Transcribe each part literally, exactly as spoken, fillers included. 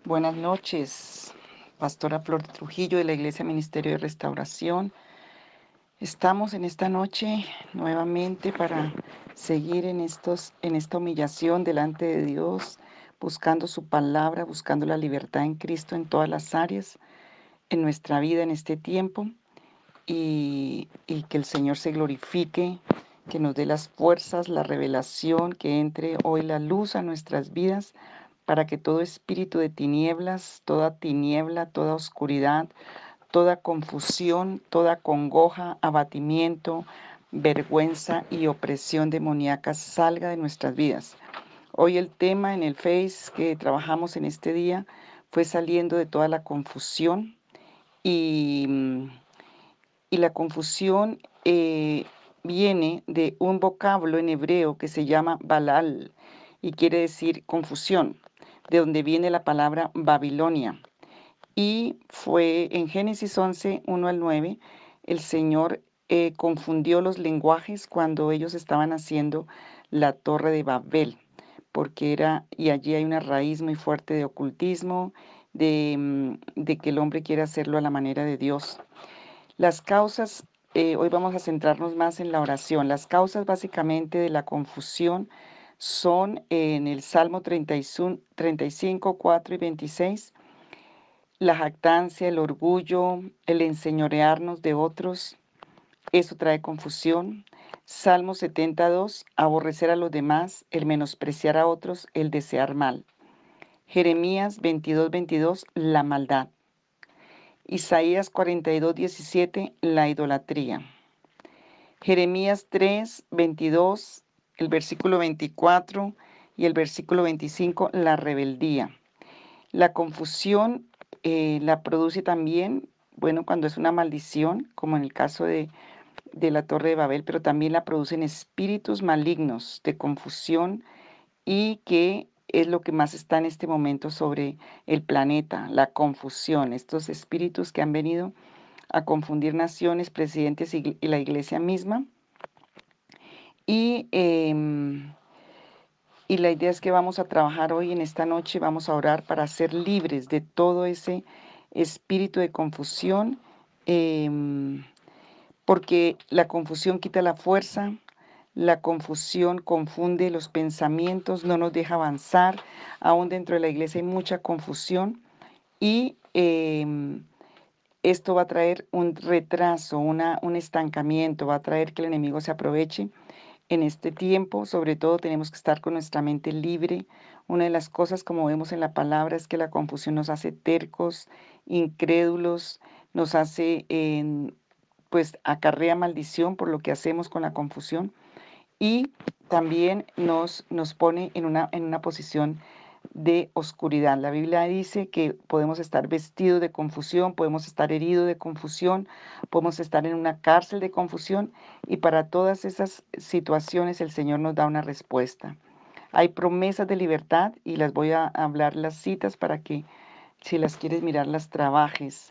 Buenas noches, Pastora Flor de Trujillo de la Iglesia Ministerio de Restauración. Estamos en esta noche nuevamente para seguir en estos, en esta humillación delante de Dios, buscando su palabra, buscando la libertad en Cristo en todas las áreas, en nuestra vida en este tiempo, y, y que el Señor se glorifique, que nos dé las fuerzas, la revelación, que entre hoy la luz a nuestras vidas para que todo espíritu de tinieblas, toda tiniebla, toda oscuridad, toda confusión, toda congoja, abatimiento, vergüenza y opresión demoníaca salga de nuestras vidas. Hoy el tema en el Face que trabajamos en este día fue saliendo de toda la confusión y, mm, y la confusión eh, viene de un vocablo en hebreo que se llama balal y quiere decir confusión, de donde viene la palabra Babilonia. Y fue en Génesis once, uno al nueve, el Señor eh, confundió los lenguajes cuando ellos estaban haciendo la torre de Babel, porque era, y allí hay una raíz muy fuerte de ocultismo, de, mm, de que el hombre quiere hacerlo a la manera de Dios. Las causas, eh, hoy vamos a centrarnos más en la oración. Las causas básicamente de la confusión son en el Salmo treinta y cinco, cuatro y veintiséis, la jactancia, el orgullo, el enseñorearnos de otros, eso trae confusión. Salmo setenta y dos, aborrecer a los demás, el menospreciar a otros, el desear mal. Jeremías veintidós, veintidós, la maldad. Isaías cuarenta y dos, diecisiete, la idolatría. Jeremías tres, veintidós, el versículo veinticuatro y el versículo veinticinco, la rebeldía. La confusión eh, la produce también, bueno, cuando es una maldición, como en el caso de, de la Torre de Babel, pero también la producen espíritus malignos de confusión y que es lo que más está en este momento sobre el planeta, la confusión, estos espíritus que han venido a confundir naciones, presidentes y, y la iglesia misma. Y, em, y la idea es que vamos a trabajar hoy en esta noche, vamos a orar para ser libres de todo ese espíritu de confusión, em, porque la confusión quita la fuerza, la confusión confunde los pensamientos, no nos deja avanzar. Aún dentro de la iglesia hay mucha confusión y em, esto va a traer un retraso, una, un estancamiento, va a traer que el enemigo se aproveche en este tiempo. Sobre todo tenemos que estar con nuestra mente libre. Una de las cosas, como vemos en la palabra, es que la confusión nos hace tercos, incrédulos, nos hace, eh, pues acarrea maldición por lo que hacemos con la confusión y también nos, nos pone en una, en una posición de oscuridad. La Biblia dice que podemos estar vestidos de confusión, podemos estar heridos de confusión, podemos estar en una cárcel de confusión y para todas esas situaciones el Señor nos da una respuesta. Hay promesas de libertad y las voy a hablar las citas para que si las quieres mirar las trabajes.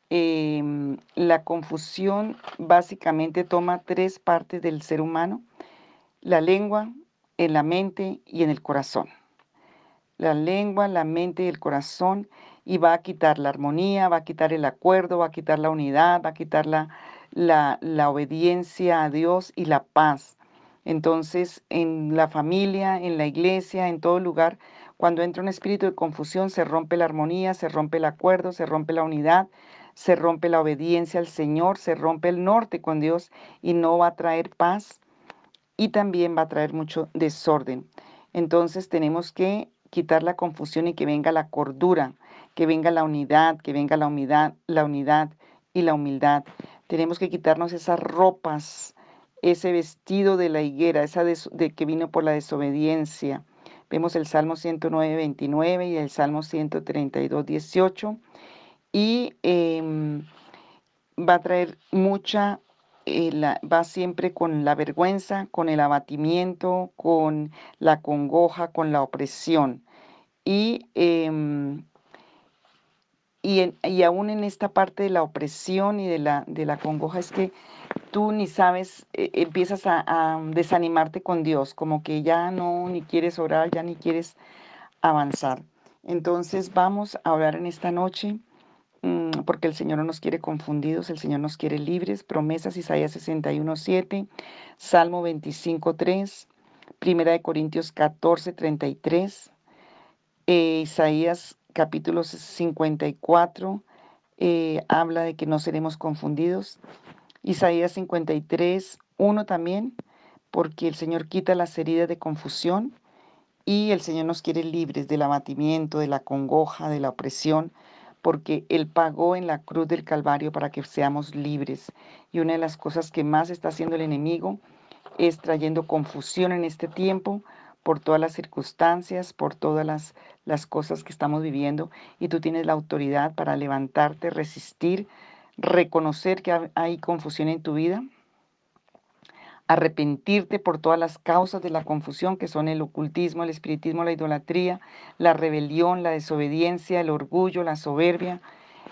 Em, la confusión básicamente toma tres partes del ser humano: la lengua, en la mente y en el corazón. La lengua, la mente y el corazón, y va a quitar la armonía, va a quitar el acuerdo, va a quitar la unidad, va a quitar la, la, la obediencia a Dios y la paz. Entonces, en la familia, en la iglesia, en todo lugar, cuando entra un espíritu de confusión, se rompe la armonía, se rompe el acuerdo, se rompe la unidad, se rompe la obediencia al Señor, se rompe el norte con Dios y no va a traer paz y también va a traer mucho desorden. Entonces tenemos que quitar la confusión y que venga la cordura, que venga la unidad, que venga la humildad, la unidad y la humildad. Tenemos que quitarnos esas ropas, ese vestido de la higuera, esa de, de que vino por la desobediencia. Vemos el Salmo ciento nueve, veintinueve y el Salmo ciento treinta y dos, dieciocho. Y eh, va a traer mucha, eh, la, va siempre con la vergüenza, con el abatimiento, con la congoja, con la opresión. Y, em, y, en- y aún en esta parte de la opresión y de la, de la congoja es que tú ni sabes, eh, empiezas a, a desanimarte con Dios, como que ya no, ni quieres orar, ya ni quieres avanzar. Entonces vamos a orar en esta noche, mm, porque el Señor no nos quiere confundidos, el Señor nos quiere libres. Promesas, Isaías sesenta y uno, siete, Salmo veinticinco, tres, Primera de Corintios catorce, treinta y tres, eh, Isaías capítulo cincuenta y cuatro, eh, habla de que no seremos confundidos. Isaías cincuenta y tres, uno también, porque el Señor quita las heridas de confusión y el Señor nos quiere libres del abatimiento, de la congoja, de la opresión, porque Él pagó en la cruz del Calvario para que seamos libres. Y una de las cosas que más está haciendo el enemigo es trayendo confusión en este tiempo por todas las circunstancias, por todas las, las cosas que estamos viviendo. Y tú tienes la autoridad para levantarte, resistir, reconocer que ha- hay confusión en tu vida, arrepentirte por todas las causas de la confusión que son el ocultismo, el espiritismo, la idolatría, la rebelión, la desobediencia, el orgullo, la soberbia.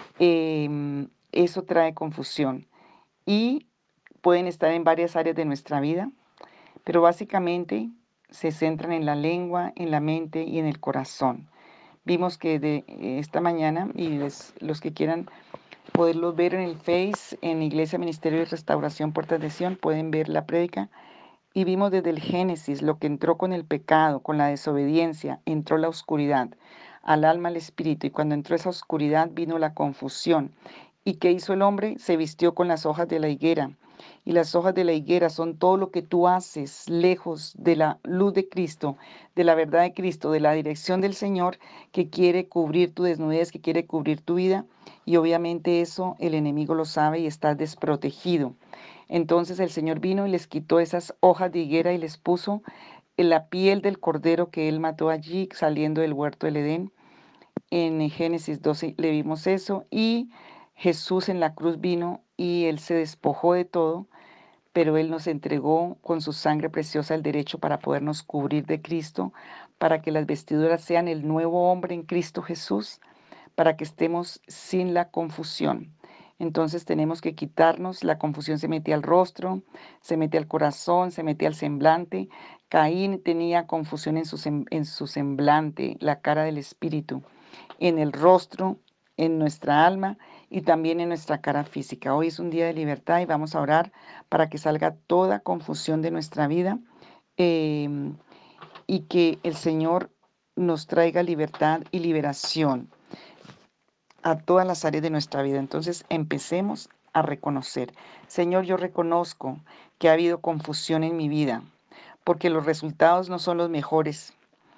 Em, eso trae confusión y pueden estar en varias áreas de nuestra vida, pero básicamente se centran en la lengua, en la mente y en el corazón. Vimos que de eh, esta mañana, y les- los que quieran poderlos ver en el Face, en Iglesia Ministerio de Restauración Puertas de Sion, pueden ver la prédica. Y vimos desde el Génesis lo que entró con el pecado, con la desobediencia, entró la oscuridad al alma, al espíritu, y cuando entró esa oscuridad vino la confusión. ¿Y qué hizo el hombre? Se vistió con las hojas de la higuera. Y las hojas de la higuera son todo lo que tú haces lejos de la luz de Cristo, de la verdad de Cristo, de la dirección del Señor, que quiere cubrir tu desnudez, que quiere cubrir tu vida. Y obviamente eso el enemigo lo sabe y estás desprotegido. Entonces el Señor vino y les quitó esas hojas de higuera y les puso en la piel del cordero que él mató allí saliendo del huerto del Edén. En Génesis doce le vimos eso y Jesús en la cruz vino y él se despojó de todo, pero él nos entregó con su sangre preciosa el derecho para podernos cubrir de Cristo, para que las vestiduras sean el nuevo hombre en Cristo Jesús, para que estemos sin la confusión. Entonces tenemos que quitarnos, la confusión se mete al rostro, se mete al corazón, se mete al semblante. Caín tenía confusión en su, sem- en su semblante, la cara del espíritu, en el rostro, en nuestra alma y también en nuestra cara física. Hoy es un día de libertad y vamos a orar para que salga toda confusión de nuestra vida, em, y que el Señor nos traiga libertad y liberación a todas las áreas de nuestra vida. Entonces empecemos a reconocer. Señor, yo reconozco que ha habido confusión en mi vida porque los resultados no son los mejores.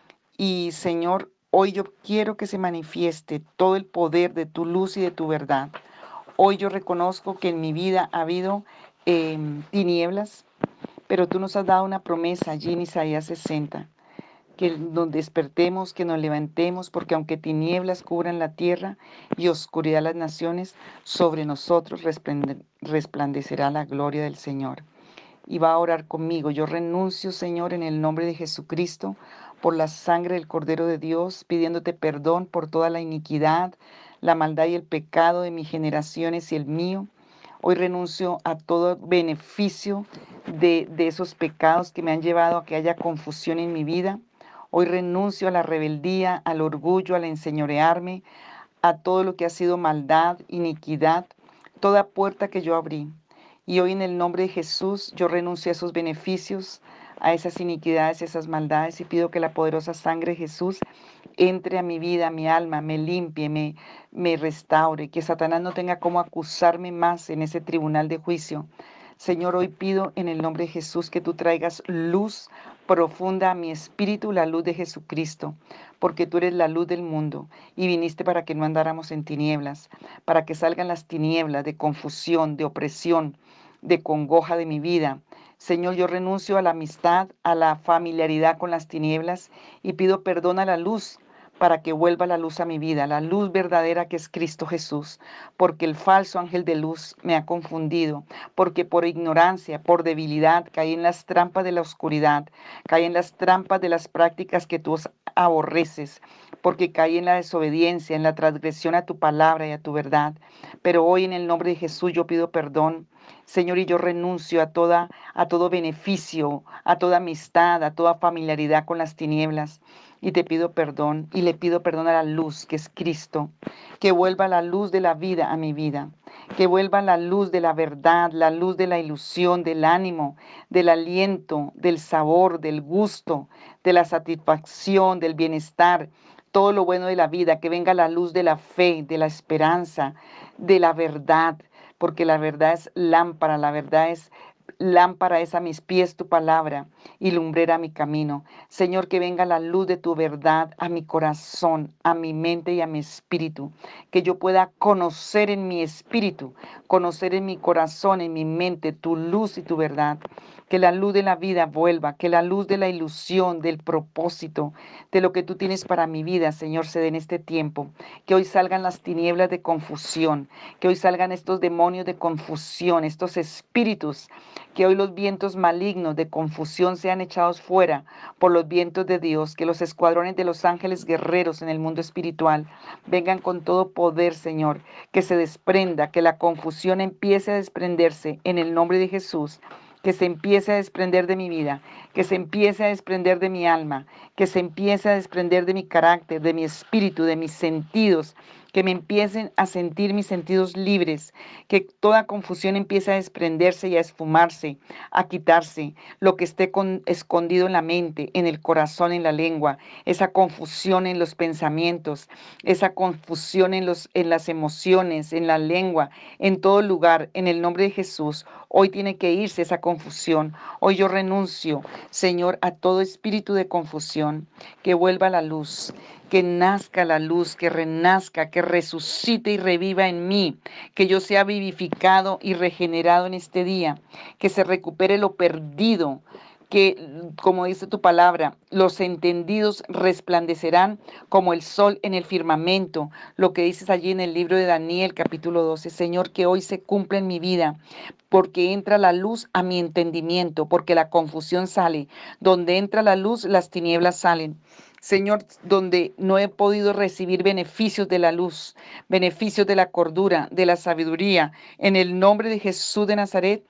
Y Señor, hoy yo quiero que se manifieste todo el poder de tu luz y de tu verdad. Hoy yo reconozco que en mi vida ha habido em, tinieblas, pero tú nos has dado una promesa allí en Isaías sesenta, que nos despertemos, que nos levantemos, porque aunque tinieblas cubran la tierra y oscuridad las naciones, sobre nosotros resplende- resplandecerá la gloria del Señor. Y va a orar conmigo. Yo renuncio, Señor, en el nombre de Jesucristo, por la sangre del Cordero de Dios, pidiéndote perdón por toda la iniquidad, la maldad y el pecado de mis generaciones y el mío. Hoy renuncio a todo beneficio de, de esos pecados que me han llevado a que haya confusión en mi vida. Hoy renuncio a la rebeldía, al orgullo, al enseñorearme, a todo lo que ha sido maldad, iniquidad, toda puerta que yo abrí. Y hoy en el nombre de Jesús yo renuncio a esos beneficios, a esas iniquidades, esas maldades y pido que la poderosa sangre de Jesús entre a mi vida, a mi alma, me limpie, me, me restaure, que Satanás no tenga cómo acusarme más en ese tribunal de juicio. Señor, hoy pido en el nombre de Jesús que tú traigas luz profunda a mi espíritu, la luz de Jesucristo, porque tú eres la luz del mundo y viniste para que no andáramos en tinieblas, para que salgan las tinieblas de confusión, de opresión, de congoja de mi vida. Señor, yo renuncio a la amistad, a la familiaridad con las tinieblas y pido perdón a la luz para que vuelva la luz a mi vida, la luz verdadera que es Cristo Jesús, porque el falso ángel de luz me ha confundido, porque por ignorancia, por debilidad, caí en las trampas de la oscuridad, caí en las trampas de las prácticas que tú aborreces, porque caí en la desobediencia, en la transgresión a tu palabra y a tu verdad. Pero hoy en el nombre de Jesús yo pido perdón Señor, y yo renuncio a toda, a todo beneficio, a toda amistad, a toda familiaridad con las tinieblas. Y te pido perdón y le pido perdón a la luz que es Cristo, que vuelva la luz de la vida a mi vida, que vuelva la luz de la verdad, la luz de la ilusión, del ánimo, del aliento, del sabor, del gusto, de la satisfacción, del bienestar, todo lo bueno de la vida, que venga la luz de la fe, de la esperanza, de la verdad, porque la verdad es lámpara, la verdad es lámpara es a mis pies tu palabra y lumbrera mi camino. Señor, que venga la luz de tu verdad a mi corazón, a mi mente y a mi espíritu, que yo pueda conocer en mi espíritu, conocer en mi corazón, en mi mente tu luz y tu verdad. Que la luz de la vida vuelva, que la luz de la ilusión, del propósito, de lo que tú tienes para mi vida, Señor, se dé en este tiempo. Que hoy salgan las tinieblas de confusión, que hoy salgan estos demonios de confusión, estos espíritus, que hoy los vientos malignos de confusión sean echados fuera por los vientos de Dios, que los escuadrones de los ángeles guerreros en el mundo espiritual vengan con todo poder, Señor, que se desprenda, que la confusión empiece a desprenderse en el nombre de Jesús, que se empiece a desprender de mi vida, que se empiece a desprender de mi alma, que se empiece a desprender de mi carácter, de mi espíritu, de mis sentidos, que me empiecen a sentir mis sentidos libres, que toda confusión empiece a desprenderse y a esfumarse, a quitarse, lo que esté con, escondido en la mente, en el corazón, en la lengua, esa confusión en los pensamientos, esa confusión en, los, en las emociones, en la lengua, en todo lugar, en el nombre de Jesús. Hoy tiene que irse esa confusión. Hoy yo renuncio, Señor, a todo espíritu de confusión, que vuelva la luz, que nazca la luz, que renazca, que resucite y reviva en mí, que yo sea vivificado y regenerado en este día, que se recupere lo perdido, que, como dice tu palabra, los entendidos resplandecerán como el sol en el firmamento, lo que dices allí en el libro de Daniel capítulo doce. Señor, que hoy se cumpla en mi vida, porque entra la luz a mi entendimiento, porque la confusión sale. Donde entra la luz, las tinieblas salen. Señor, donde no he podido recibir beneficios de la luz, beneficios de la cordura, de la sabiduría, en el nombre de Jesús de Nazaret,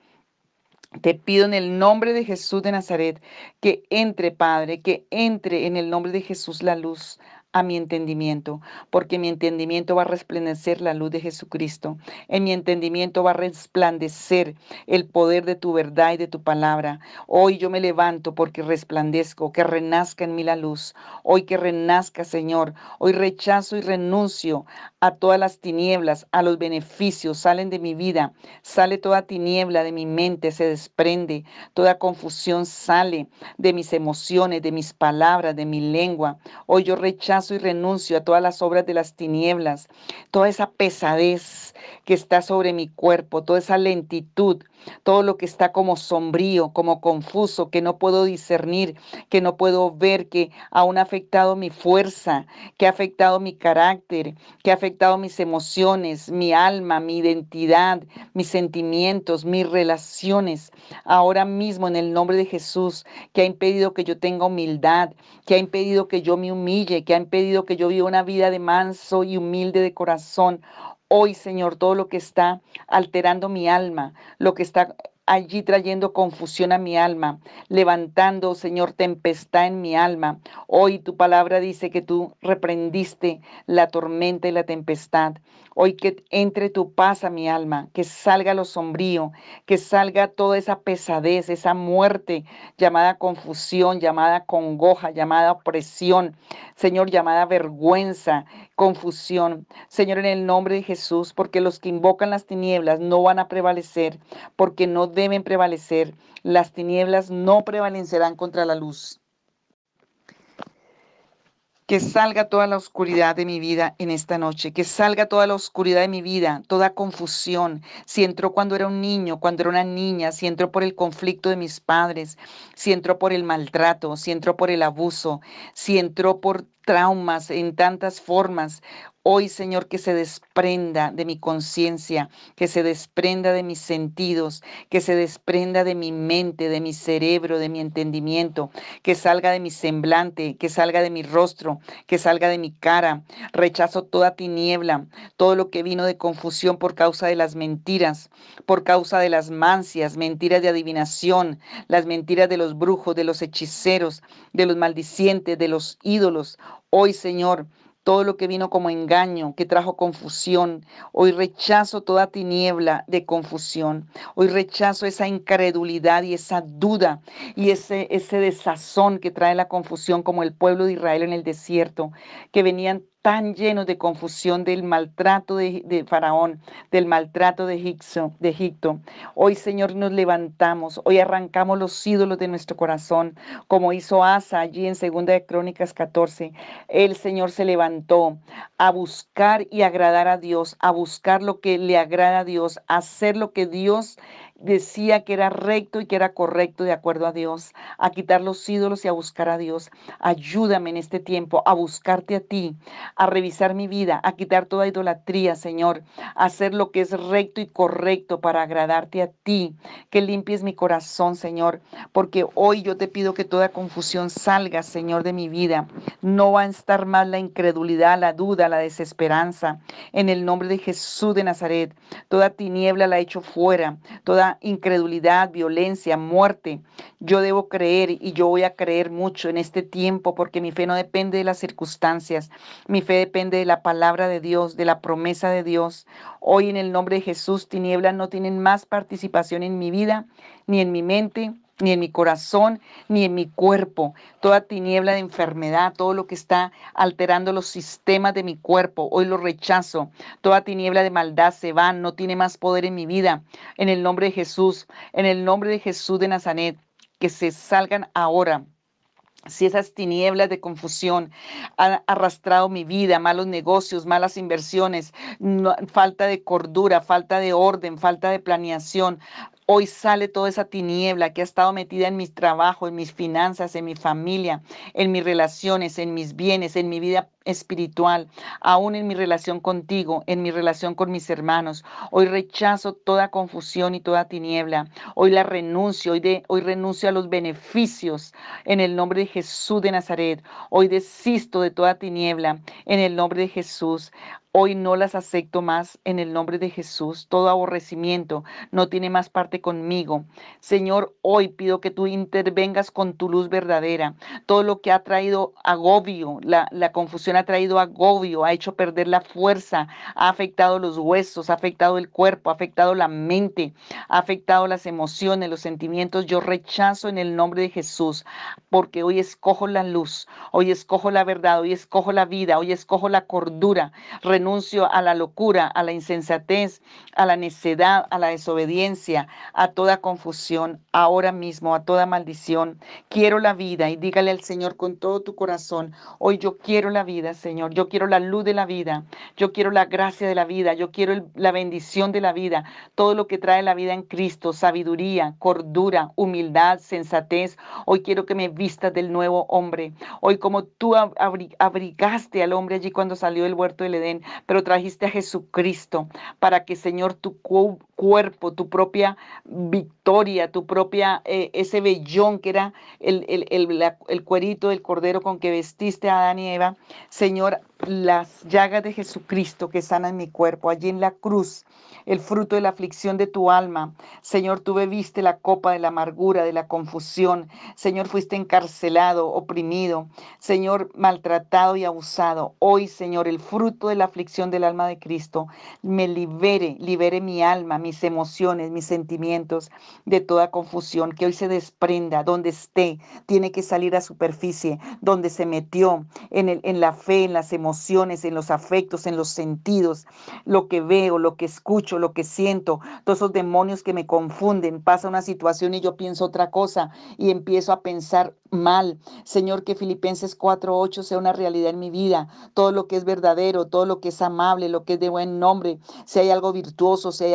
te pido en el nombre de Jesús de Nazaret que entre, Padre, que entre en el nombre de Jesús la luz a mi entendimiento, porque mi entendimiento va a resplandecer la luz de Jesucristo. En mi entendimiento va a resplandecer el poder de tu verdad y de tu palabra. Hoy yo me levanto porque resplandezco, que renazca en mí la luz. Hoy que renazca, Señor. Hoy rechazo y renuncio a todas las tinieblas, a los beneficios, salen de mi vida, sale toda tiniebla de mi mente, se desprende, toda confusión sale de mis emociones, de mis palabras, de mi lengua. Hoy yo rechazo y renuncio a todas las obras de las tinieblas, toda esa pesadez que está sobre mi cuerpo, toda esa lentitud, todo lo que está como sombrío, como confuso, que no puedo discernir, que no puedo ver, que aún ha afectado mi fuerza, que ha afectado mi carácter, que ha afectado mis emociones, mi alma, mi identidad, mis sentimientos, mis relaciones. Ahora mismo en el nombre de Jesús, que ha impedido que yo tenga humildad, que ha impedido que yo me humille, que ha impedido que yo viva una vida de manso y humilde de corazón. Hoy, Señor, todo lo que está alterando mi alma, lo que está allí trayendo confusión a mi alma, levantando, Señor, tempestad en mi alma. Hoy tu palabra dice que tú reprendiste la tormenta y la tempestad. Hoy que entre tu paz a mi alma, que salga lo sombrío, que salga toda esa pesadez, esa muerte llamada confusión, llamada congoja, llamada opresión, Señor, llamada vergüenza, confusión. Señor, en el nombre de Jesús, porque los que invocan las tinieblas no van a prevalecer, porque no deben prevalecer. Las tinieblas no prevalecerán contra la luz. Que salga toda la oscuridad de mi vida en esta noche, que salga toda la oscuridad de mi vida, toda confusión. Si entró cuando era un niño, cuando era una niña, si entró por el conflicto de mis padres, si entró por el maltrato, si entró por el abuso, si entró por traumas en tantas formas. Hoy, Señor, que se desprenda de mi conciencia, que se desprenda de mis sentidos, que se desprenda de mi mente, de mi cerebro, de mi entendimiento, que salga de mi semblante, que salga de mi rostro, que salga de mi cara. Rechazo toda tiniebla, todo lo que vino de confusión por causa de las mentiras, por causa de las mancias, mentiras de adivinación, las mentiras de los brujos, de los hechiceros, de los maldicientes, de los ídolos. Hoy, Señor, todo lo que vino como engaño, que trajo confusión. Hoy rechazo toda tiniebla de confusión. Hoy rechazo esa incredulidad y esa duda y ese, ese desazón que trae la confusión, como el pueblo de Israel en el desierto, que venían tan llenos de confusión del maltrato de, de Faraón, del maltrato de Egipto, de Egipto. Hoy, Señor, nos levantamos, hoy arrancamos los ídolos de nuestro corazón, como hizo Asa allí en Segunda de Crónicas catorce. El Señor se levantó a buscar y agradar a Dios, a buscar lo que le agrada a Dios, a hacer lo que Dios decía que era recto y que era correcto de acuerdo a Dios, a quitar los ídolos y a buscar a Dios. Ayúdame en este tiempo a buscarte a ti, a revisar mi vida, a quitar toda idolatría, Señor, a hacer lo que es recto y correcto para agradarte a ti, que limpies mi corazón, Señor, porque hoy yo te pido que toda confusión salga, Señor, de mi vida. No va a estar más la incredulidad, la duda, la desesperanza. En el nombre de Jesús de Nazaret, toda tiniebla la echo fuera, toda incredulidad, violencia, muerte. Yo debo creer y yo voy a creer mucho en este tiempo porque mi fe no depende de las circunstancias. Mi fe depende de la palabra de Dios, de la promesa de Dios. Hoy en el nombre de Jesús, tinieblas no tienen más participación en mi vida, ni en mi mente, ni en mi corazón, ni en mi cuerpo. Toda tiniebla de enfermedad, todo lo que está alterando los sistemas de mi cuerpo, hoy lo rechazo. Toda tiniebla de maldad se va, no tiene más poder en mi vida. En el nombre de Jesús, en el nombre de Jesús de Nazaret, que se salgan ahora. Si esas tinieblas de confusión han arrastrado mi vida, malos negocios, malas inversiones, no- falta de cordura, falta de orden, falta de planeación, hoy sale toda esa tiniebla que ha estado metida en mis trabajos, en mis finanzas, en mi familia, en mis relaciones, en mis bienes, en mi vida espiritual, aún en mi relación contigo, en mi relación con mis hermanos. Hoy rechazo toda confusión y toda tiniebla. Hoy la renuncio, hoy, de, hoy renuncio a los beneficios en el nombre de Jesús de Nazaret. Hoy desisto de toda tiniebla en el nombre de Jesús. Hoy no las acepto más en el nombre de Jesús. Todo aborrecimiento no tiene más parte conmigo. Señor, hoy pido que tú intervengas con tu luz verdadera. Todo lo que ha traído agobio, la, la confusión ha traído agobio, ha hecho perder la fuerza, ha afectado los huesos, ha afectado el cuerpo, ha afectado la mente, ha afectado las emociones, los sentimientos. Yo rechazo en el nombre de Jesús, porque hoy escojo la luz, hoy escojo la verdad, hoy escojo la vida, hoy escojo la cordura. Renuncio a la locura, a la insensatez, a la necedad, a la desobediencia, a toda confusión, ahora mismo, a toda maldición. Quiero la vida y dígale al Señor con todo tu corazón, hoy yo quiero la vida, Señor, yo quiero la luz de la vida, yo quiero la gracia de la vida, yo quiero el- la bendición de la vida, todo lo que trae la vida en Cristo, sabiduría, cordura, humildad, sensatez. Hoy quiero que me vistas del nuevo hombre. Hoy como tú ab- abri- abrigaste al hombre allí cuando salió del huerto del Edén, pero trajiste a Jesucristo para que, Señor, tu cu- cuerpo, tu propia victoria, tu propia, eh, ese vellón que era el, el, el, la- el cuerito del cordero con que vestiste a Adán y Eva, Señor, las llagas de Jesucristo que sanan mi cuerpo, allí en la cruz, el fruto de la aflicción de tu alma. Señor, tú bebiste la copa de la amargura, de la confusión. Señor, fuiste encarcelado, oprimido. Señor, maltratado y abusado. Hoy, Señor, el fruto de la aflicción del alma de Cristo me libere, libere mi alma, mis emociones, mis sentimientos de toda confusión. Que hoy se desprenda donde esté, tiene que salir a superficie, donde se metió, en, el, en la fe, en las emociones, en los afectos, en los sentidos, lo que veo, lo que escucho, lo que siento, todos esos demonios que me confunden. Pasa una situación y yo pienso otra cosa y empiezo a pensar mal. Señor, que Filipenses cuatro ocho sea una realidad en mi vida. Todo lo que es verdadero, todo lo que es amable, lo que es de buen nombre, si hay algo virtuoso, si hay algo digno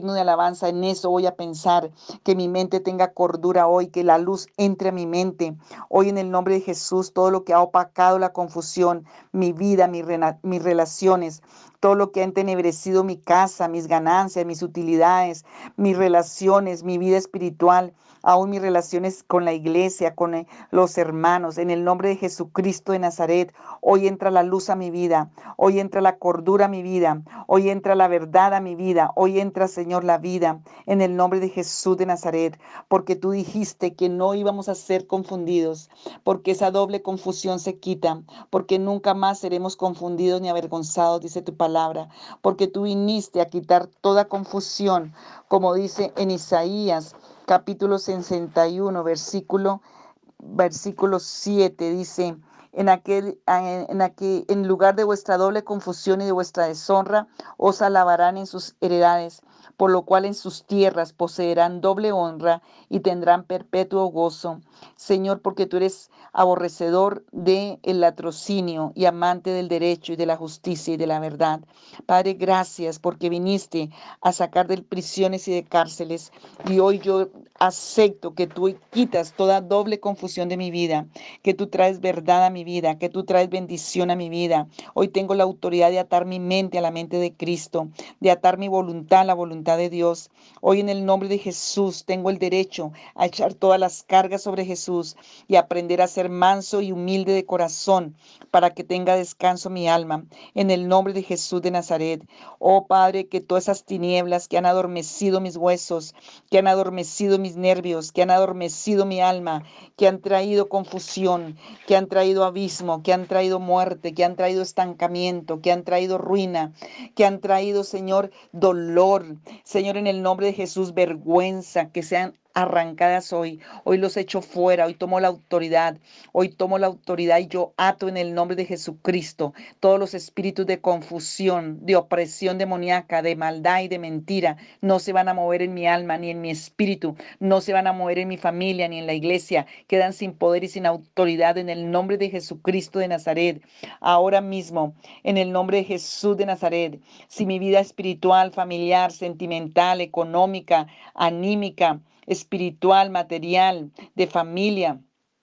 digno de alabanza, en eso voy a pensar, que mi mente tenga cordura hoy, que la luz entre a mi mente. Hoy en el nombre de Jesús, todo lo que ha opacado la confusión, mi vida, mi rena- mis relaciones, todo lo que ha entenebrecido mi casa, mis ganancias, mis utilidades, mis relaciones, mi vida espiritual, aún mis relaciones con la iglesia, con eh, los hermanos. En el nombre de Jesucristo de Nazaret, hoy entra la luz a mi vida, hoy entra la cordura a mi vida, hoy entra la verdad a mi vida, hoy entra, Señor, la vida, en el nombre de Jesús de Nazaret, porque tú dijiste que no íbamos a ser confundidos, porque esa doble confusión se quita, porque nunca más seremos confundidos ni avergonzados, dice tu palabra, porque tú viniste a quitar toda confusión, como dice en Isaías capítulo sesenta y uno, versículo, versículo siete, dice, en aquel, en aquel, en lugar de vuestra doble confusión y de vuestra deshonra, os alabarán en sus heredades, por lo cual en sus tierras poseerán doble honra y tendrán perpetuo gozo. Señor, porque tú eres aborrecedor del latrocinio y amante del derecho y de la justicia y de la verdad. Padre, gracias porque viniste a sacar de prisiones y de cárceles, y hoy yo acepto que tú quitas toda doble confusión de mi vida, que tú traes verdad a mi vida, que tú traes bendición a mi vida. Hoy tengo la autoridad de atar mi mente a la mente de Cristo, de atar mi voluntad a la voluntad de Dios. Hoy en el nombre de Jesús tengo el derecho a echar todas las cargas sobre Jesús y aprender a ser manso y humilde de corazón para que tenga descanso mi alma. En el nombre de Jesús de Nazaret. Oh Padre, que todas esas tinieblas que han adormecido mis huesos, que han adormecido mis nervios, que han adormecido mi alma, que han traído confusión, que han traído abismo, que han traído muerte, que han traído estancamiento, que han traído ruina, que han traído, Señor, dolor. Señor, en el nombre de Jesús, vergüenza, que sean arrancadas hoy. Hoy los echo fuera, hoy tomo la autoridad, hoy tomo la autoridad y yo ato en el nombre de Jesucristo todos los espíritus de confusión, de opresión demoníaca, de maldad y de mentira. No se van a mover en mi alma ni en mi espíritu, no se van a mover en mi familia ni en la iglesia. Quedan sin poder y sin autoridad en el nombre de Jesucristo de Nazaret. Ahora mismo, en el nombre de Jesús de Nazaret, si mi vida espiritual, familiar, sentimental, económica, anímica, espiritual, material, de familia,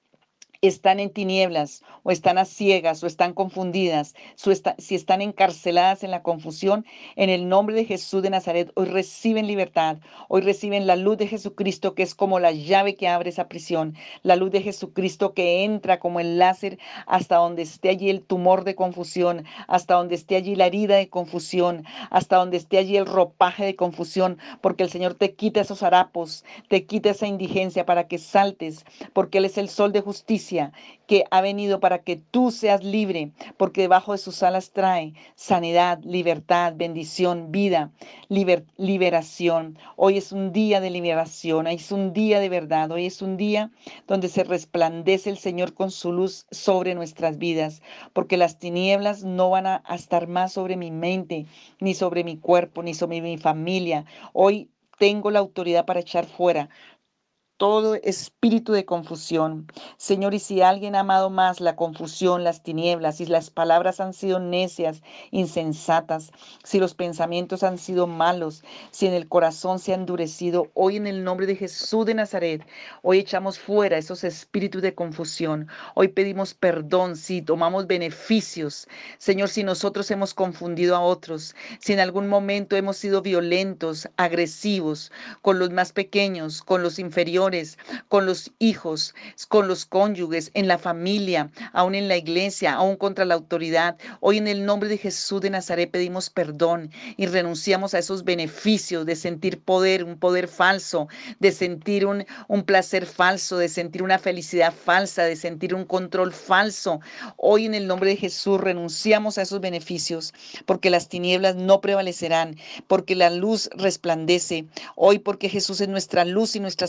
están en tinieblas o están a ciegas o están confundidas, su esta- si están encarceladas en la confusión, en el nombre de Jesús de Nazaret, hoy reciben libertad, hoy reciben la luz de Jesucristo, que es como la llave que abre esa prisión, la luz de Jesucristo que entra como el láser hasta donde esté allí el tumor de confusión, hasta donde esté allí la herida de confusión, hasta donde esté allí el ropaje de confusión, porque el Señor te quita esos harapos, te quita esa indigencia para que saltes, porque Él es el sol de justicia que ha venido para que tú seas libre, porque debajo de sus alas trae sanidad, libertad, bendición, vida, liber- liberación. Hoy es un día de liberación, hoy es un día de verdad, hoy es un día donde se resplandece el Señor con su luz sobre nuestras vidas, porque las tinieblas no van a, a estar más sobre mi mente, ni sobre mi cuerpo, ni sobre mi familia. Hoy tengo la autoridad para echar fuera todo espíritu de confusión. Señor, y si alguien ha amado más la confusión, las tinieblas, si las palabras han sido necias, insensatas, si los pensamientos han sido malos, si en el corazón se ha endurecido, hoy en el nombre de Jesús de Nazaret, hoy echamos fuera esos espíritus de confusión. Hoy pedimos perdón si tomamos beneficios. Señor, si nosotros hemos confundido a otros, si en algún momento hemos sido violentos, agresivos, con los más pequeños, con los inferiores, con los hijos, con los cónyuges, en la familia, aún en la iglesia, aún contra la autoridad. Hoy en el nombre de Jesús de Nazaret pedimos perdón y renunciamos a esos beneficios de sentir poder, un poder falso, de sentir un, un placer falso, de sentir una felicidad falsa, de sentir un control falso. Hoy en el nombre de Jesús renunciamos a esos beneficios, porque las tinieblas no prevalecerán, porque la luz resplandece. Hoy, porque Jesús es nuestra luz y nuestra salvación,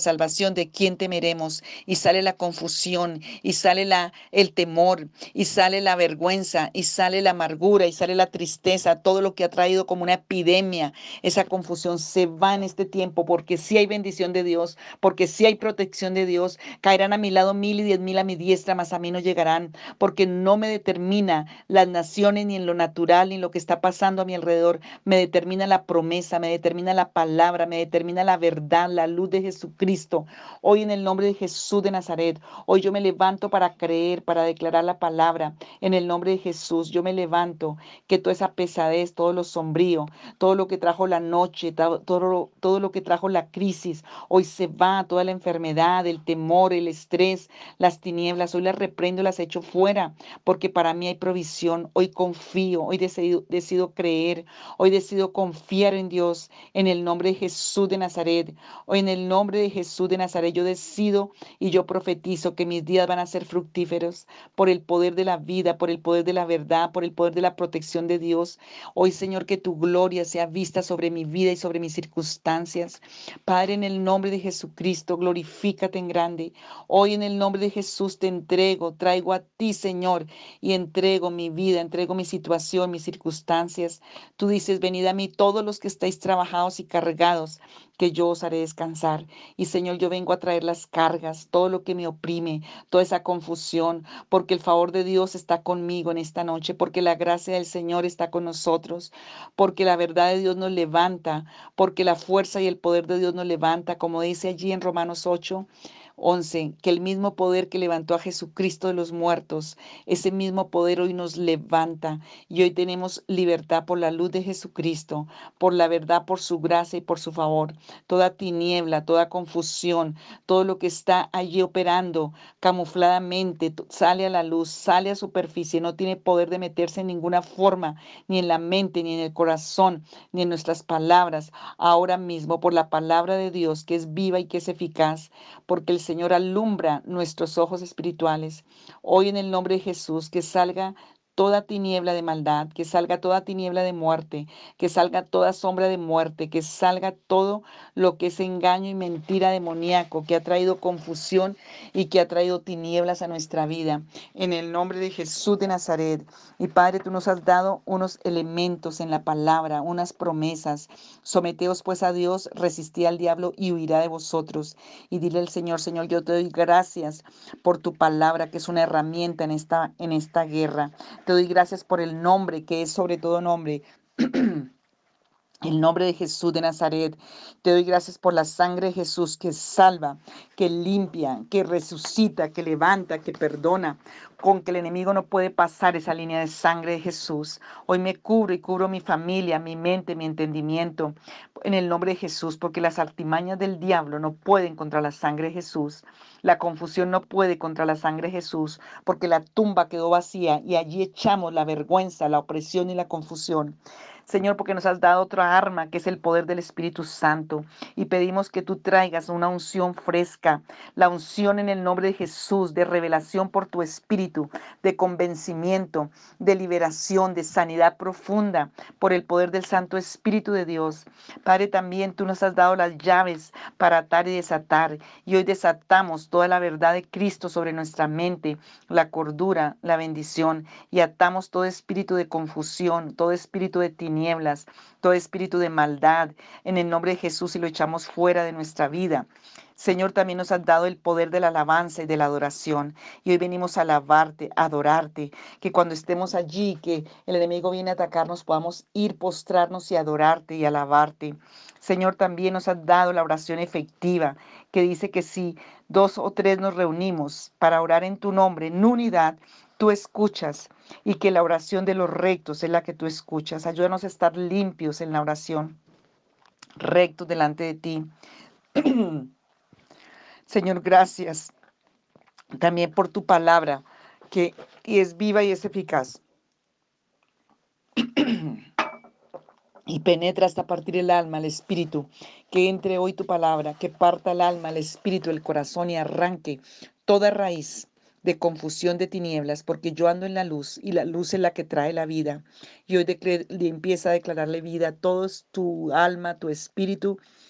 confusión de quién temeremos y sale la confusión y sale la, el temor y sale la vergüenza y sale la amargura y sale la tristeza, todo lo que ha traído como una epidemia, esa confusión se va en este tiempo porque si hay bendición de Dios, porque si hay protección de Dios, caerán a mi lado mil y diez mil a mi diestra, mas a mí no llegarán, porque no me determina las naciones ni en lo natural ni en lo que está pasando a mi alrededor, me determina la promesa, me determina la palabra, me determina la verdad, la luz de Jesucristo. Hoy en el nombre de Jesús de Nazaret, hoy yo me levanto para creer, para declarar la palabra. En el nombre de Jesús, yo me levanto que toda esa pesadez, todo lo sombrío, todo lo que trajo la noche, todo, todo, todo lo que trajo la crisis, hoy se va, toda la enfermedad, el temor, el estrés, las tinieblas, hoy las reprendo, las echo fuera, porque para mí hay provisión. Hoy confío, hoy decido, decido creer, hoy decido confiar en Dios, en el nombre de Jesús de Nazaret. Hoy en el nombre de Jesús de Nazaret yo decido y yo profetizo que mis días van a ser fructíferos por el poder de la vida, por el poder de la verdad, por el poder de la protección de Dios. Hoy, Señor, que tu gloria sea vista sobre mi vida y sobre mis circunstancias. Padre, en el nombre de Jesucristo, glorifícate en grande. Hoy en el nombre de Jesús te entrego, traigo a ti, Señor, y entrego mi vida, entrego mi situación, mis circunstancias. Tú dices, venid a mí todos los que estáis trabajados y cargados, que yo os haré descansar. Y Señor, yo vengo a traer las cargas, todo lo que me oprime, toda esa confusión, porque el favor de Dios está conmigo en esta noche, porque la gracia del Señor está con nosotros, porque la verdad de Dios nos levanta, porque la fuerza y el poder de Dios nos levanta, como dice allí en Romanos ocho. Once, que el mismo poder que levantó a Jesucristo de los muertos, ese mismo poder hoy nos levanta y hoy tenemos libertad por la luz de Jesucristo, por la verdad, por su gracia y por su favor. Toda tiniebla, toda confusión, todo lo que está allí operando camufladamente t- sale a la luz, sale a superficie, no tiene poder de meterse en ninguna forma, ni en la mente, ni en el corazón, ni en nuestras palabras. Ahora mismo, por la palabra de Dios, que es viva y que es eficaz, porque el Señor alumbra nuestros ojos espirituales. Hoy en el nombre de Jesús, que salga toda tiniebla de maldad, que salga toda tiniebla de muerte, que salga toda sombra de muerte, que salga todo lo que es engaño y mentira demoníaco, que ha traído confusión y que ha traído tinieblas a nuestra vida. En el nombre de Jesús de Nazaret. Y Padre, tú nos has dado unos elementos en la palabra, unas promesas. Someteos pues a Dios, resistid al diablo y huirá de vosotros. Y dile al Señor, Señor, yo te doy gracias por tu palabra, que es una herramienta en esta, en esta guerra. Te doy gracias por el nombre, que es sobre todo nombre. El nombre de Jesús de Nazaret. Te doy gracias por la sangre de Jesús que salva, que limpia, que resucita, que levanta, que perdona, con que el enemigo no puede pasar esa línea de sangre de Jesús. Hoy me cubro y cubro mi familia, mi mente, mi entendimiento, en el nombre de Jesús, porque las artimañas del diablo no pueden contra la sangre de Jesús. La confusión no puede contra la sangre de Jesús, porque la tumba quedó vacía y allí echamos la vergüenza, la opresión y la confusión. Señor, porque nos has dado otra arma, que es el poder del Espíritu Santo. Y pedimos que tú traigas una unción fresca, la unción en el nombre de Jesús, de revelación por tu Espíritu, de convencimiento, de liberación, de sanidad profunda, por el poder del Santo Espíritu de Dios. Padre, también tú nos has dado las llaves para atar y desatar. Y hoy desatamos toda la verdad de Cristo sobre nuestra mente, la cordura, la bendición. Y atamos todo espíritu de confusión, todo espíritu de tinieblas, todo espíritu de maldad, en el nombre de Jesús y lo echamos fuera de nuestra vida. Señor, también nos has dado el poder de la alabanza y de la adoración. Y hoy venimos a alabarte, a adorarte, que cuando estemos allí, que el enemigo viene a atacarnos, podamos ir, postrarnos y adorarte y alabarte. Señor, también nos has dado la oración efectiva, que dice que si dos o tres nos reunimos para orar en tu nombre, en unidad, tú escuchas y que la oración de los rectos es la que tú escuchas. Ayúdanos a estar limpios en la oración, rectos delante de ti. Señor, gracias también por tu palabra, que y es viva y es eficaz. Y penetra hasta partir el alma, el espíritu, que entre hoy tu palabra, que parta el alma, el espíritu, el corazón y arranque toda raíz de confusión de tinieblas, porque yo ando en la luz y la luz es la que trae la vida. Y hoy decre- le empieza a declararle vida a todo tu alma, tu espíritu,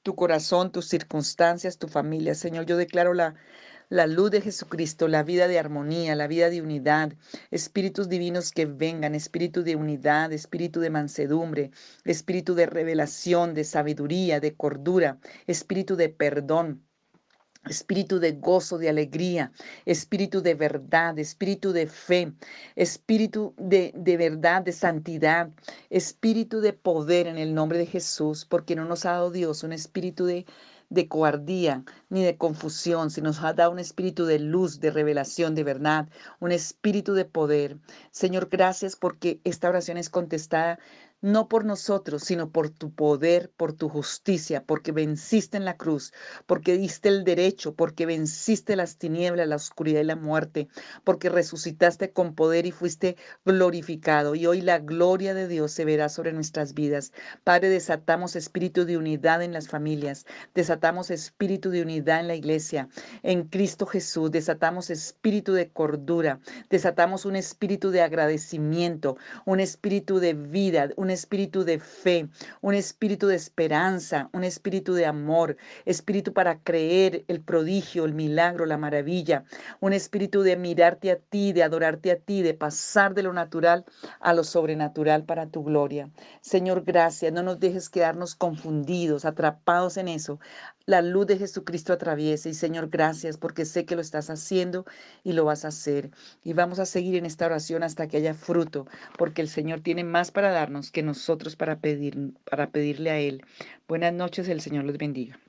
tu corazón, tus circunstancias, tu familia. Señor, yo declaro la, la luz de Jesucristo, la vida de armonía, la vida de unidad, espíritus divinos que vengan, espíritu de unidad, espíritu de mansedumbre, espíritu de revelación, de sabiduría, de cordura, espíritu de perdón. Espíritu de gozo, de alegría, espíritu de verdad, espíritu de fe, espíritu de, de verdad, de santidad, espíritu de poder en el nombre de Jesús, porque no nos ha dado Dios un espíritu de, de cobardía ni de confusión, sino nos ha dado un espíritu de luz, de revelación, de verdad, un espíritu de poder. Señor, gracias porque esta oración es contestada no por nosotros, sino por tu poder, por tu justicia, porque venciste en la cruz, porque diste el derecho, porque venciste las tinieblas, la oscuridad y la muerte, porque resucitaste con poder y fuiste glorificado. Y hoy la gloria de Dios se verá sobre nuestras vidas. Padre, desatamos espíritu de unidad en las familias, desatamos espíritu de unidad en la iglesia, en Cristo Jesús, desatamos espíritu de cordura, desatamos un espíritu de agradecimiento, un espíritu de vida, un espíritu de fe, un espíritu de esperanza, un espíritu de amor, espíritu para creer el prodigio, el milagro, la maravilla, un espíritu de mirarte a ti, de adorarte a ti, de pasar de lo natural a lo sobrenatural para tu gloria. Señor, gracias, no nos dejes quedarnos confundidos, atrapados en eso. La luz de Jesucristo atraviesa y Señor, gracias porque sé que lo estás haciendo y lo vas a hacer. Y vamos a seguir en esta oración hasta que haya fruto, porque el Señor tiene más para darnos que nosotros para pedir, para pedirle a Él. Buenas noches, el Señor los bendiga.